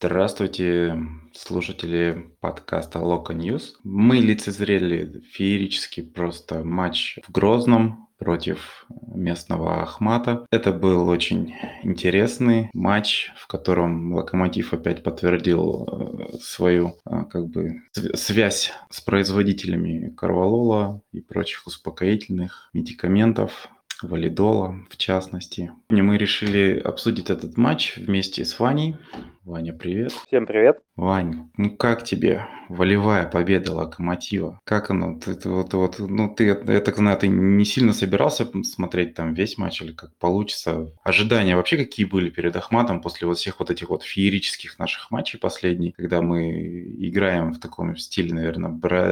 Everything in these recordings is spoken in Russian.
Здравствуйте, слушатели подкаста Лока Ньюс. Мы лицезрели феерический просто матч в Грозном против местного Ахмата. Это был очень интересный матч, в котором Локомотив опять подтвердил свою связь с производителями корвалола и прочих успокоительных медикаментов. Валидола, в частности. И мы решили обсудить этот матч вместе с Ваней. Ваня, привет. Всем привет. Вань, ну как тебе волевая победа Локомотива? Как оно? Я так знаю, ты не сильно собирался смотреть там весь матч или как получится? Ожидания вообще какие были перед Ахматом после вот всех вот этих вот феерических наших матчей последних, когда мы играем в таком стиле, наверное,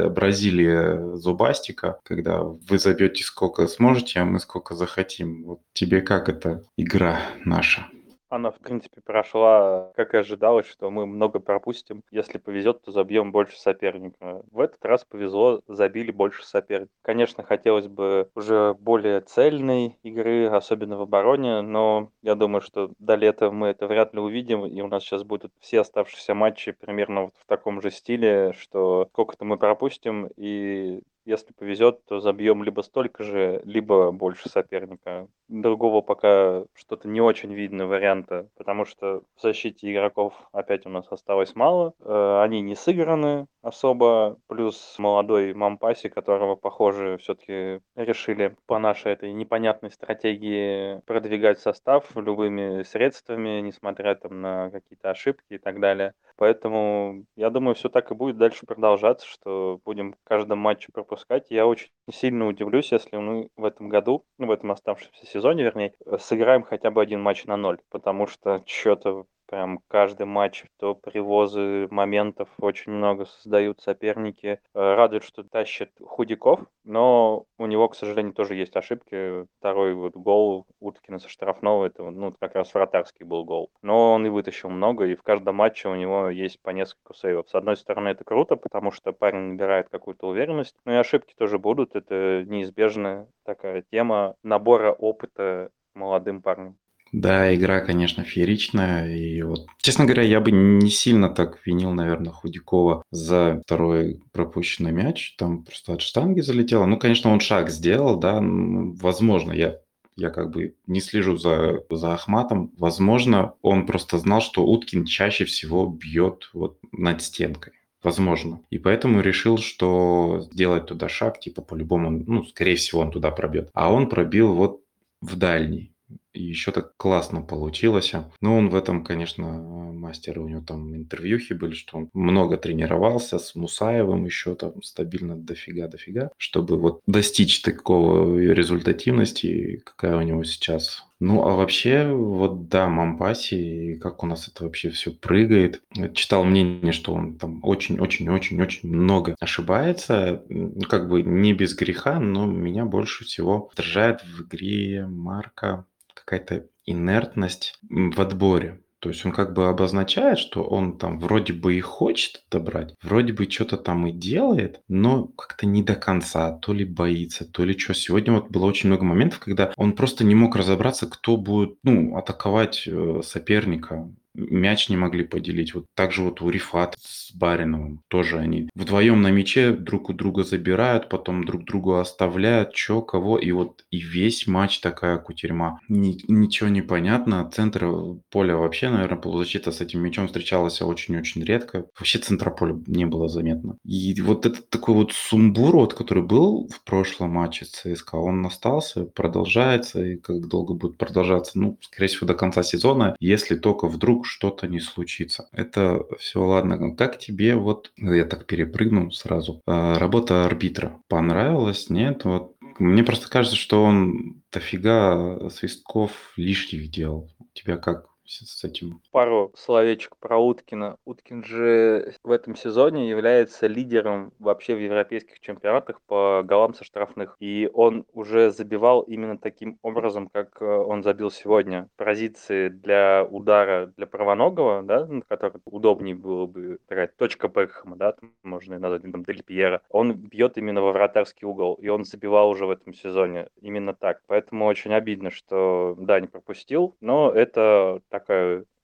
Бразилия зубастика, когда вы забьете сколько сможете, а мы сколько захотим. Вот тебе как эта игра наша? Она, в принципе, прошла, как и ожидалось, что мы много пропустим. Если повезет, то забьем больше соперника. В этот раз повезло, забили больше соперника. Конечно, хотелось бы уже более цельной игры, особенно в обороне, но я думаю, что до лета мы это вряд ли увидим, и у нас сейчас будут все оставшиеся матчи примерно вот в таком же стиле, что сколько-то мы пропустим, и если повезет, то забьем либо столько же, либо больше соперника. Другого пока что-то не очень видно варианта, потому что в защите игроков опять у нас осталось мало. Они не сыграны особо, плюс молодой Мампаси, которого, похоже, все-таки решили по нашей этой непонятной стратегии продвигать состав любыми средствами, несмотря там на какие-то ошибки и так далее. Поэтому я думаю, все так и будет дальше продолжаться, что будем в каждом матче пропускать. Я очень сильно удивлюсь, если мы в этом году, ну, в этом оставшемся сезоне, вернее, сыграем хотя бы один матч на ноль, потому что что-то прям каждый матч, то привозы моментов очень много создают соперники. Радует, что тащит Худяков, но у него, к сожалению, тоже есть ошибки. Второй вот гол Уткина со штрафного, это ну, как раз вратарский был гол. Но он и вытащил много, и в каждом матче у него есть по несколько сейвов. С одной стороны, это круто, потому что парень набирает какую-то уверенность, но и ошибки тоже будут. Это неизбежная такая тема набора опыта молодым парнем. Да, игра, конечно, фееричная. И вот, честно говоря, я бы не сильно так винил, наверное, Худякова за второй пропущенный мяч. Там просто от штанги залетело. Ну, конечно, он шаг сделал, да. Возможно, я как бы не слежу за Ахматом. Возможно, он просто знал, что Уткин чаще всего бьет вот над стенкой. Возможно. И поэтому решил, что сделать туда шаг, типа по-любому, ну, скорее всего, он туда пробьет. А он пробил вот в дальний. И еще так классно получилось. Но он в этом, конечно, мастер. У него там интервьюхи были, что он много тренировался с Мусаевым еще там стабильно дофига, чтобы вот достичь такого результативности, какая у него сейчас. Ну, а вообще, вот да, Мампаси, как у нас это вообще все прыгает. Читал мнение, что он там очень-очень-очень-очень много ошибается. Ну, как бы не без греха, но меня больше всего раздражает в игре Марка какая-то инертность в отборе. То есть он как бы обозначает, что он там вроде бы и хочет отобрать, вроде бы что-то там и делает, но как-то не до конца, то ли боится, то ли что. Сегодня вот было очень много моментов, когда он просто не мог разобраться, кто будет, ну, атаковать соперника. Мяч не могли поделить. Вот так же вот у Рифата с Бариновым тоже они вдвоем на мяче друг у друга забирают, потом друг другу оставляют, чё, кого. И вот и весь матч такая кутерьма. Ничего не понятно. Центр поля вообще, наверное, полузащита с этим мячом встречалась очень-очень редко. Вообще центра поля не было заметно. И вот этот такой вот сумбур, вот, который был в прошлом матче с ЦСКА, он остался, продолжается. И как долго будет продолжаться? Ну, скорее всего, до конца сезона, если только вдруг что-то не случится. Это все ладно. Как тебе вот, я так перепрыгну сразу, работа арбитра понравилась? Нет? Вот мне просто кажется, что он дофига свистков лишних делал. У тебя как с этим? Пару словечек про Уткина. Уткин же в этом сезоне является лидером вообще в европейских чемпионатах по голам со штрафных. И он уже забивал именно таким образом, как он забил сегодня. Позиции для удара для правоногого, да, на который удобнее было бы такая точка Бекхэма, да, там можно и назвать там Дель Пьера. Он бьет именно во вратарский угол, и он забивал уже в этом сезоне именно так. Поэтому очень обидно, что, да, не пропустил, но это такая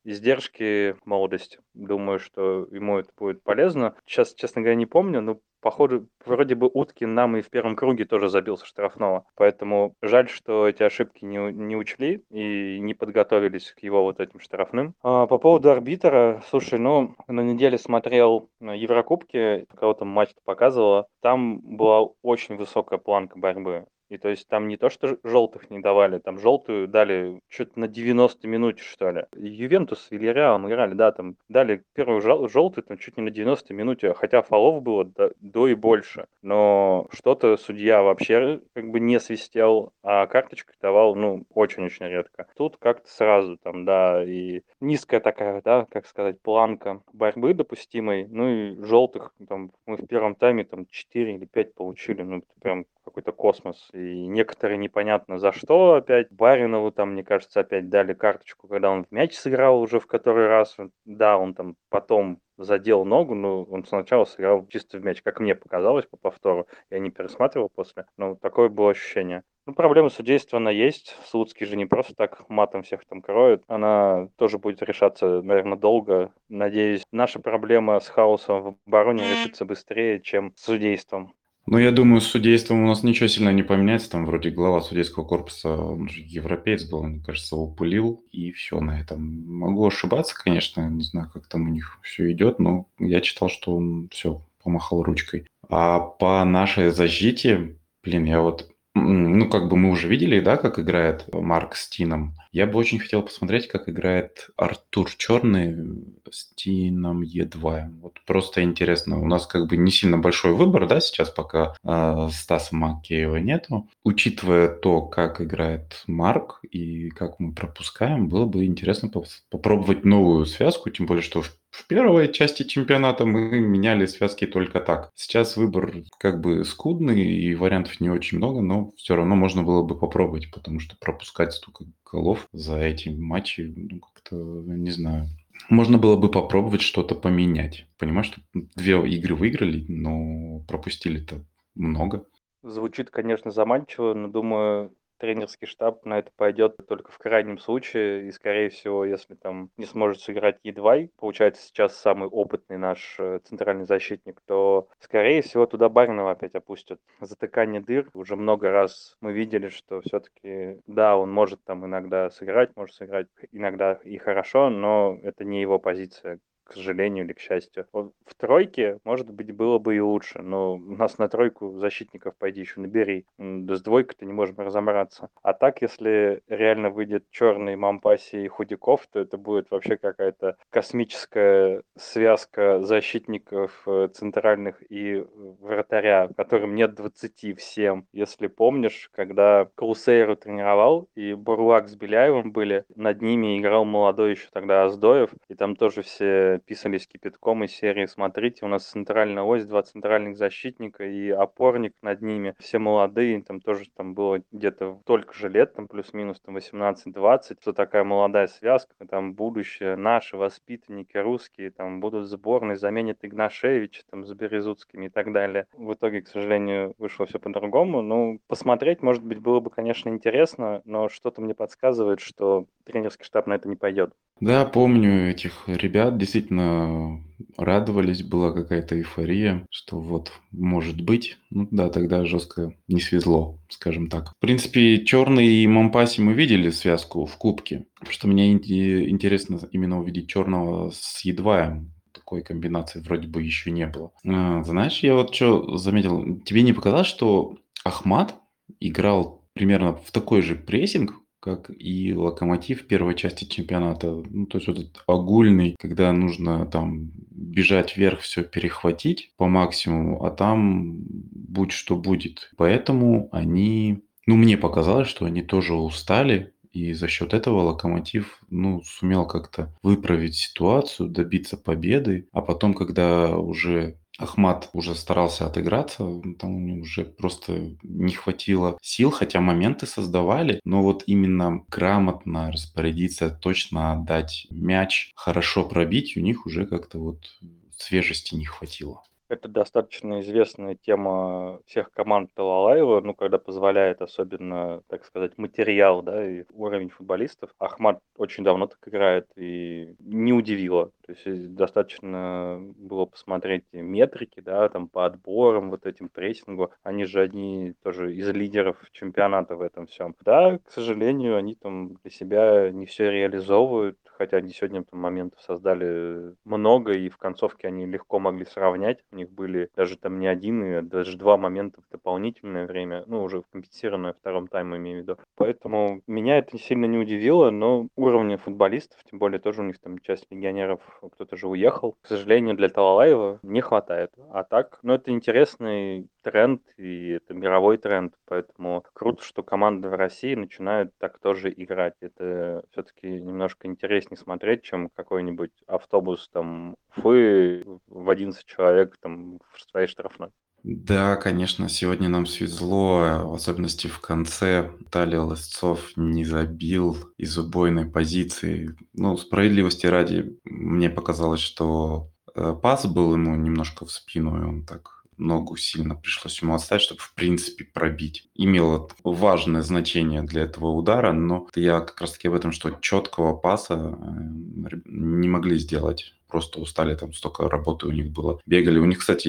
издержки молодости. Думаю, что ему это будет полезно. Сейчас, честно говоря, не помню, но походу, вроде бы Уткин нам и в первом круге тоже забил со штрафного. Поэтому жаль, что эти ошибки не учли и не подготовились к его вот этим штрафным. По поводу арбитра, слушай, ну, на неделе смотрел на Еврокубке, кого там матч показывала, там была очень высокая планка борьбы. И то есть там не то, что желтых не давали, там желтую дали что-то на 90 минуте, что ли. Ювентус с Вильяреалом играли, да, там дали первую желтую там чуть не на 90 минуте, хотя фолов было до и больше. Но что-то судья вообще как бы не свистел, а карточку давал, ну, очень-очень редко. Тут как-то сразу там, да, и низкая такая, да, как сказать, планка борьбы допустимой, ну и желтых, там, мы в первом тайме там 4 или 5 получили, ну, это прям какой-то космос. И некоторые непонятно за что опять. Баринову там, мне кажется, опять дали карточку, когда он в мяч сыграл уже в который раз. Да, он там потом задел ногу, но он сначала сыграл чисто в мяч, как мне показалось по повтору. Я не пересматривал после, но такое было ощущение. Ну, проблема судейства, она есть. Слуцкий же не просто так матом всех там кроет. Она тоже будет решаться, наверное, долго. Надеюсь, наша проблема с хаосом в обороне решится быстрее, чем с судейством. Ну, я думаю, с судейством у нас ничего сильно не поменяется. Там вроде глава судейского корпуса, он же европеец был, мне кажется, упылил, и все на этом. Могу ошибаться, конечно, не знаю, как там у них все идет, но я читал, что он все помахал ручкой. А по нашей защите, блин, я вот, ну, как бы мы уже видели, да, как играет Марк с Тином. Я бы очень хотел посмотреть, как играет Артур Черный с Тином Е2. Вот просто интересно. У нас как бы не сильно большой выбор, да, сейчас пока Стаса Макеева нету. Учитывая то, как играет Марк и как мы пропускаем, было бы интересно попробовать новую связку, тем более, что в первой части чемпионата мы меняли связки только так. Сейчас выбор как бы скудный и вариантов не очень много, но все равно можно было бы попробовать, потому что пропускать столько голов за эти матчи, ну, как-то, не знаю. Можно было бы попробовать что-то поменять. Понимаешь, что 2 игры выиграли, но пропустили-то много. Звучит, конечно, заманчиво, но думаю, тренерский штаб на это пойдет только в крайнем случае. И, скорее всего, если там не сможет сыграть Едвай, получается сейчас самый опытный наш центральный защитник, то, скорее всего, туда Баринова опять опустят. Затыкание дыр. Уже много раз мы видели, что все-таки, да, он может там иногда сыграть, может сыграть иногда и хорошо, но это не его позиция, к сожалению или к счастью. Вот в тройке, может быть, было бы и лучше, но у нас на тройку защитников пойди еще набери. Да с двойкой-то не можем разобраться. А так, если реально выйдет черный Мампаси и Худяков, то это будет вообще какая-то космическая связка защитников центральных и вратаря, которым нет 20 всем. Если помнишь, когда Крусейру тренировал, и Бурлак с Беляевым были, над ними играл молодой еще тогда Аздоев, и там тоже все писались кипятком из серии «Смотрите, у нас центральная ось, 2 центральных защитника и опорник над ними, все молодые, там тоже там было где-то столько же лет, там плюс-минус там 18-20, что такая молодая связка, там будущее, наши воспитанники русские, там будут в сборной, заменят Игнашевича там с Березутскими и так далее. В итоге, к сожалению, вышло все по-другому. Ну, посмотреть, может быть, было бы, конечно, интересно, но что-то мне подсказывает, что тренерский штаб на это не пойдет. Да, помню этих ребят, действительно радовались, была какая-то эйфория, что вот может быть. Ну да, тогда жестко не свезло, скажем так. В принципе, Черный и Момпаси мы видели связку в Кубке. Что мне интересно именно увидеть Черного с Едваем. Такой комбинации вроде бы еще не было. Знаешь, я вот что заметил. Тебе не показалось, что Ахмат играл примерно в такой же прессинг, как и Локомотив в первой части чемпионата. Ну, то есть вот этот огульный, когда нужно там бежать вверх, все перехватить по максимуму, а там будь что будет. Поэтому они, ну, мне показалось, что они тоже устали, и за счет этого Локомотив, ну, сумел как-то выправить ситуацию, добиться победы, а потом, когда уже Ахмат уже старался отыграться, там у него уже просто не хватило сил, хотя моменты создавали, но вот именно грамотно распорядиться, точно отдать мяч, хорошо пробить, у них уже как-то вот свежести не хватило. Это достаточно известная тема всех команд Талалаева, ну, когда позволяет особенно, так сказать, материал, да, и уровень футболистов. Ахмат очень давно так играет и не удивило. То есть достаточно было посмотреть и метрики, да, там по отборам, вот этим прессингу. Они же одни тоже из лидеров чемпионата в этом всем. Да, к сожалению, они там для себя не все реализовывают, хотя они сегодня там моментов создали много, и в концовке они легко могли сравнять. У них были даже там не один, и даже два момента в дополнительное время, ну, уже в компенсированное втором тайме, имею в виду. Поэтому меня это сильно не удивило, но уровня футболистов, тем более тоже у них там часть легионеров, кто-то же уехал, к сожалению, для Талалаева не хватает. А так, ну, это интересный тренд, и это мировой тренд, поэтому круто, что команды в России начинают так тоже играть. Это все-таки немножко интереснее смотреть, чем какой-нибудь автобус там Уфы в 11 человек там в своей штрафной. Да, конечно, сегодня нам свезло, в особенности в конце. Виталий Лысцов не забил из убойной позиции. Ну, справедливости ради, мне показалось, что пас был ему немножко в спину, и он так ногу сильно пришлось ему отставить, чтобы в принципе пробить. Имело важное значение для этого удара, но я как раз таки об этом, что четкого паса не могли сделать. Просто устали, там столько работы у них было. Бегали. У них, кстати,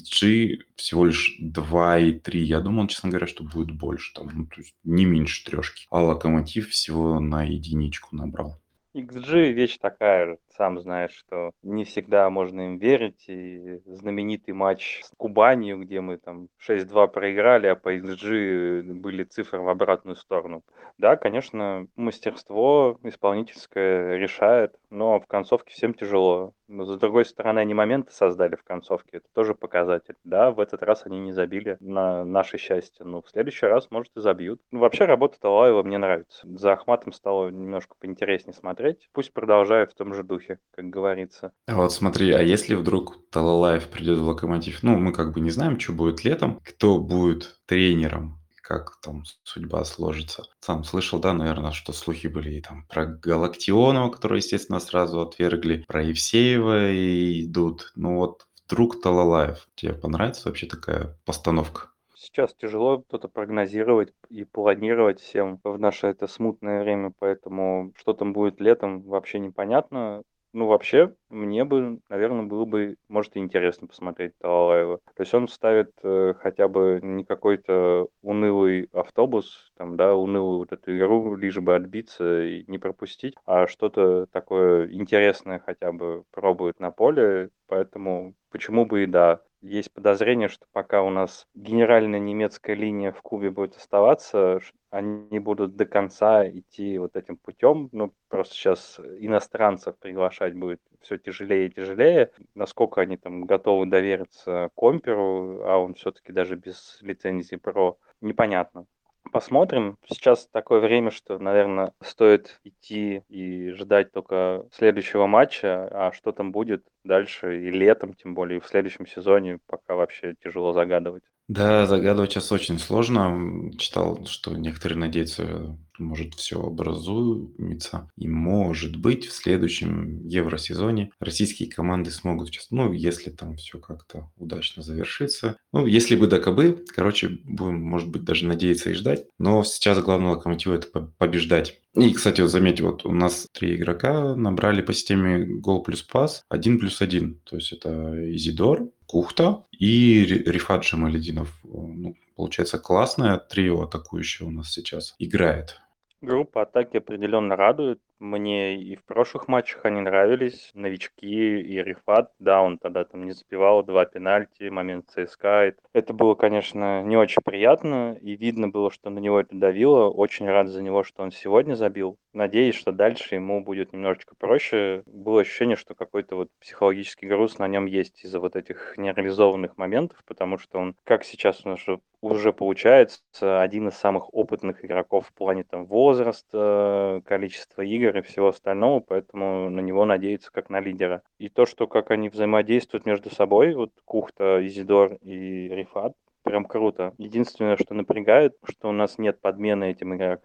XG всего лишь 2,3. Я думал, честно говоря, что будет больше. Там, ну, то есть не меньше трешки. А Локомотив всего на единичку набрал. XG вещь такая же, сам знаешь, что не всегда можно им верить. И знаменитый матч с Кубанью, где мы там 6-2 проиграли, а по XG были цифры в обратную сторону. Да, конечно, мастерство исполнительское решает, но в концовке всем тяжело. Но, с другой стороны, они моменты создали в концовке, это тоже показатель. Да, в этот раз они не забили на наше счастье, но в следующий раз, может, и забьют. Ну, вообще, работа Талаева мне нравится. За Ахматом стало немножко поинтереснее смотреть. Пусть продолжает в том же духе, как говорится. А вот смотри, а если вдруг Талалаев придет в Локомотив? Ну, мы как бы не знаем, что будет летом, кто будет тренером, как там судьба сложится. Сам слышал, да, наверное, что слухи были и там про Галактионова, который, естественно, сразу отвергли, про Евсеева и идут. Ну вот вдруг Талалаев. Тебе понравится вообще такая постановка? Сейчас тяжело что-то прогнозировать и планировать всем в наше это смутное время, поэтому что там будет летом, вообще непонятно. Ну, вообще, мне бы, наверное, было бы, может, и интересно посмотреть Талалаева. То есть он ставит хотя бы не какой-то унылый автобус, там, да, унылую вот эту игру, лишь бы отбиться и не пропустить, а что-то такое интересное хотя бы пробует на поле, поэтому почему бы и да. Есть подозрение, что пока у нас генеральная немецкая линия в клубе будет оставаться, они будут до конца идти вот этим путем. Ну, просто сейчас иностранцев приглашать будет все тяжелее и тяжелее. Насколько они там готовы довериться Комперу, а он все-таки даже без лицензии ПРО, непонятно. Посмотрим. Сейчас такое время, что, наверное, стоит идти и ждать только следующего матча, а что там будет дальше и летом, тем более и в следующем сезоне, пока вообще тяжело загадывать. Да, загадывать сейчас очень сложно. Читал, что некоторые надеются, может, все образуется. И, может быть, в следующем Евросезоне российские команды смогут сейчас, ну, если там все как-то удачно завершится. Ну, если бы да кабы, короче, будем, может быть, даже надеяться и ждать. Но сейчас главное Локомотиву это побеждать. И, кстати, вот заметь, вот у нас 3 игрока набрали по системе гол плюс пас 1+1. То есть это Изидор, Кухта и Рифат Джамалединов. Ну, получается, классное трио атакующее у нас сейчас играет. Группа атаки определенно радует. Мне и в прошлых матчах они нравились. Новички и Рифат, да, он тогда там не забивал, 2 пенальти, момент ЦСКА. Это было, конечно, не очень приятно, и видно было, что на него это давило. Очень рад за него, что он сегодня забил. Надеюсь, что дальше ему будет немножечко проще. Было ощущение, что какой-то вот психологический груз на нем есть из-за вот этих нереализованных моментов, потому что он, как сейчас у нас уже получается, один из самых опытных игроков в плане там возраста, количества игр и всего остального, поэтому на него надеяться как на лидера. И то, что как они взаимодействуют между собой, вот Кухта, Изидор и Рифат, прям круто. Единственное, что напрягает, что у нас нет подмены этим игрокам.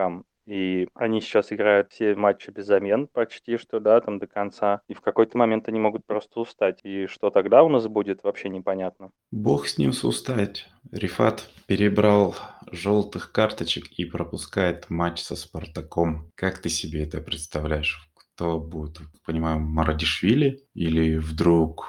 и они сейчас играют все матчи без замен почти что, да, там до конца, и в какой-то момент они могут просто устать. И что тогда у нас будет, вообще непонятно. Бог с ним устать. Рифат перебрал желтых карточек и пропускает матч со Спартаком. Как ты себе это представляешь? Кто будет, понимаю, Марадишвили или вдруг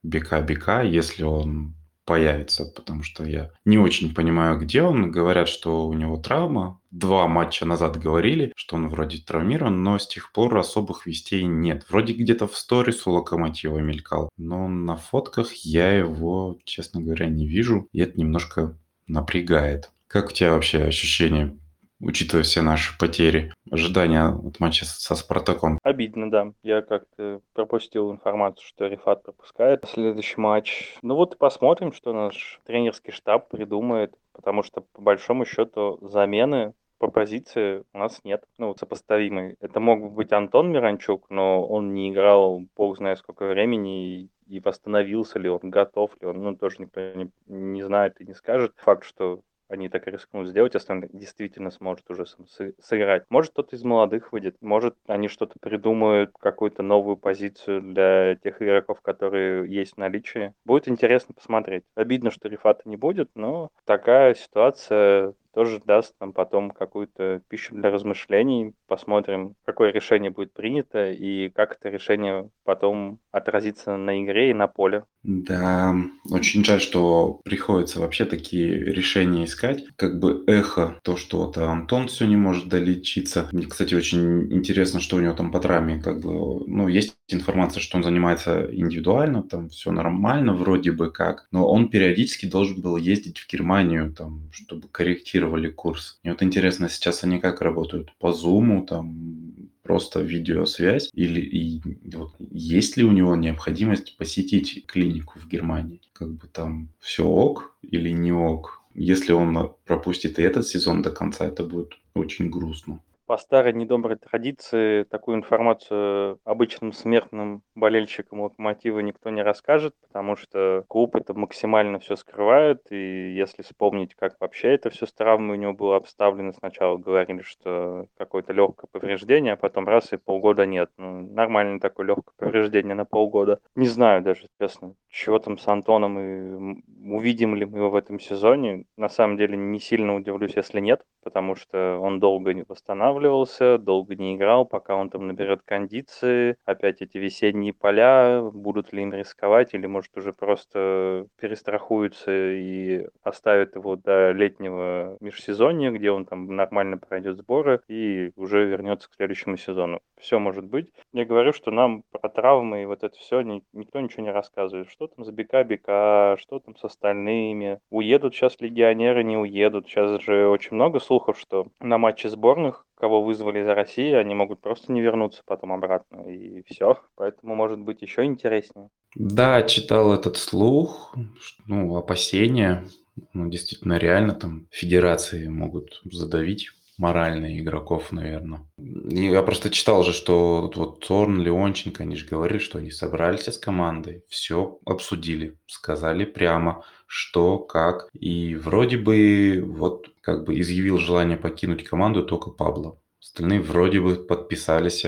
Бека, если он появится? Потому что я не очень понимаю, где он. Говорят, что у него травма. 2 матча назад говорили, что он вроде травмирован, но с тех пор особых вестей нет. Вроде где-то в сторис у Локомотива мелькал, но на фотках я его, честно говоря, не вижу, и это немножко напрягает. Как у тебя вообще ощущения, учитывая все наши потери, ожидания от матча со Спартаком? Обидно, да. Я как-то пропустил информацию, что Рифат пропускает следующий матч. Ну вот и посмотрим, что наш тренерский штаб придумает, потому что по большому счету замены по позиции у нас нет, ну, вот сопоставимой. Это мог бы быть Антон Миранчук, но он не играл бог знает сколько времени, и восстановился ли он, готов ли он, ну, тоже никто не знает и не скажет. Факт, что они так и рискнут сделать, если он действительно сможет уже сам сыграть. Может, кто-то из молодых выйдет, может, они что-то придумают, какую-то новую позицию для тех игроков, которые есть в наличии. Будет интересно посмотреть. Обидно, что Рифата не будет, но такая ситуация тоже даст нам потом какую-то пищу для размышлений. Посмотрим, какое решение будет принято и как это решение потом отразится на игре и на поле. Да, очень жаль, что приходится вообще такие решения искать. Как бы эхо, то, что вот Антон все не может долечиться. Мне, кстати, очень интересно, что у него там по травме. Как бы, ну, есть информация, что он занимается индивидуально, там все нормально вроде бы как. Но он периодически должен был ездить в Германию, там, чтобы корректировали курс. И вот интересно, сейчас они как работают? По Зуму, там, просто видеосвязь? Или вот, есть ли у него необходимость посетить клинику в Германии? Как бы там все ок или не ок? Если он пропустит и этот сезон до конца, это будет очень грустно. По старой недоброй традиции такую информацию обычным смертным болельщикам Локомотива никто не расскажет, потому что клуб это максимально все скрывает. И если вспомнить, как вообще это все с травмой у него было обставлено, сначала говорили, что какое-то легкое повреждение, а потом раз и полгода нет. Ну, нормально такое легкое повреждение на полгода. Не знаю даже, честно, чего там с Антоном и увидим ли мы его в этом сезоне. На самом деле не сильно удивлюсь, если нет, потому что он долго не восстанавливался, долго не играл, пока он там наберет кондиции. Опять эти весенние поля, будут ли им рисковать, или может уже просто перестрахуются и оставят его до летнего межсезонья, где он там нормально пройдет сборы и уже вернется к следующему сезону. Все может быть. Я говорю, что нам про травмы и вот это все никто ничего не рассказывает. Что там с Бека, что там с остальными. Уедут сейчас легионеры, не уедут. Сейчас же очень много слухов, что на матче сборных, кого вызвали из России, они могут просто не вернуться потом обратно. И все. Поэтому может быть еще интереснее. Да, читал этот слух, ну, опасения, ну, действительно реально там федерации могут задавить морально игроков, наверное. И я просто читал же, что вот Торн, Леонченко, они же говорили, что они собрались с командой, все обсудили, сказали прямо, что, как. И вроде бы вот как бы изъявил желание покинуть команду только Пабло. Остальные вроде бы подписались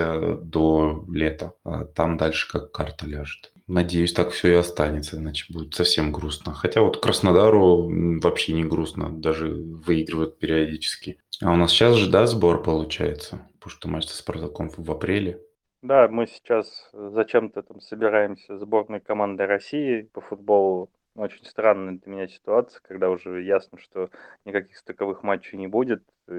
до лета, а там дальше как карта ляжет. Надеюсь, так все и останется, иначе будет совсем грустно. Хотя вот Краснодару вообще не грустно, даже выигрывают периодически. А у нас сейчас же, да, сбор получается? Потому что матч со Спартаком в апреле. Да, мы сейчас зачем-то там собираемся сборной команды России по футболу. Очень странная для меня ситуация, когда уже ясно, что никаких стыковых матчей не будет,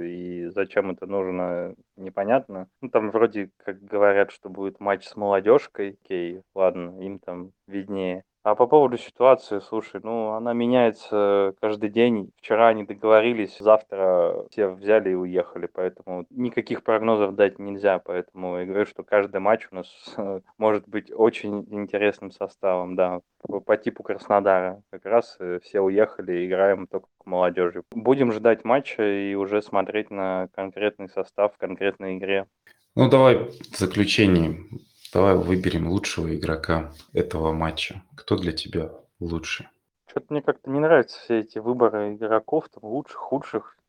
и зачем это нужно, непонятно. Ну, там вроде как говорят, что будет матч с молодежкой, окей, ладно, им там виднее. А по поводу ситуации, слушай, ну она меняется каждый день. Вчера они договорились, завтра все взяли и уехали, поэтому никаких прогнозов дать нельзя. Поэтому я говорю, что каждый матч у нас может быть очень интересным составом, да, по типу Краснодара. Как раз все уехали, играем только молодежью. Будем ждать матча и уже смотреть на конкретный состав в конкретной игре. Ну, давай в заключении, давай выберем лучшего игрока этого матча. Кто для тебя лучший? Что-то мне как-то не нравятся все эти выборы игроков, там, лучших, худших.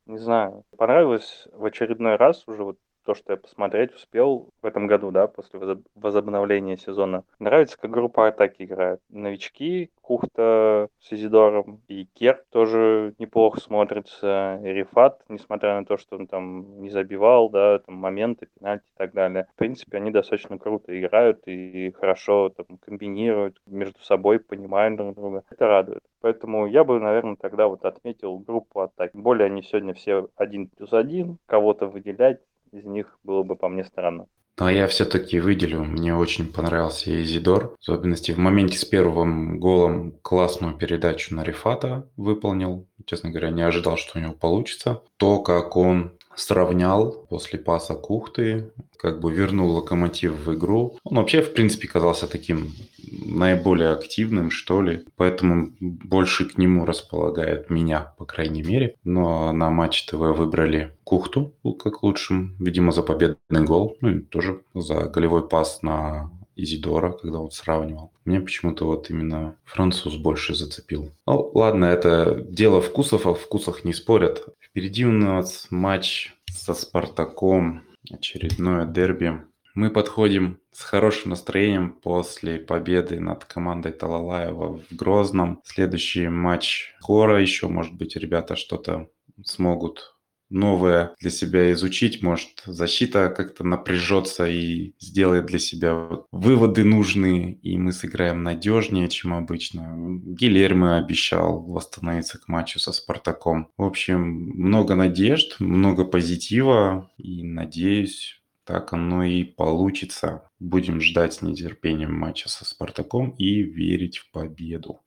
Не знаю, понравилось в очередной раз уже вот то, что я посмотреть успел в этом году, да, после возобновления сезона. Нравится, как группа атаки играет. Новички, Кухта с Изидором и Керк тоже неплохо смотрится. И Рифат, несмотря на то, что он там не забивал, да, там моменты, пенальти и так далее. В принципе, они достаточно круто играют и хорошо там комбинируют между собой, понимают друг друга. Это радует. Поэтому я бы, наверное, тогда вот отметил группу атаки. Тем более они сегодня все 1+1, кого-то выделять из них было бы по мне странно. Но я все-таки выделю, мне очень понравился Изидор, в особенности в моменте с первым голом классную передачу на Рифата выполнил. Честно говоря, не ожидал, что у него получится. То, как он сравнял после паса Кухты, как бы вернул Локомотив в игру. Он вообще, в принципе, казался таким наиболее активным, что ли. Поэтому больше к нему располагает меня, по крайней мере. Но на Матч ТВ выбрали Кухту как лучшим, видимо, за победный гол. Ну и тоже за голевой пас на Изидора, когда он сравнивал. Мне почему-то вот именно француз больше зацепил. Ну, ладно, это дело вкусов, а в вкусах не спорят. Впереди у нас матч со Спартаком, очередное дерби. Мы подходим с хорошим настроением после победы над командой Талалаева в Грозном. Следующий матч скоро еще, может быть, ребята что-то смогут новое для себя изучить. Может, защита как-то напряжется и сделает для себя выводы нужные, и мы сыграем надежнее, чем обычно. Гильермо обещал восстановиться к матчу со Спартаком. В общем, много надежд, много позитива, и надеюсь, так оно и получится. Будем ждать с нетерпением матча со Спартаком и верить в победу.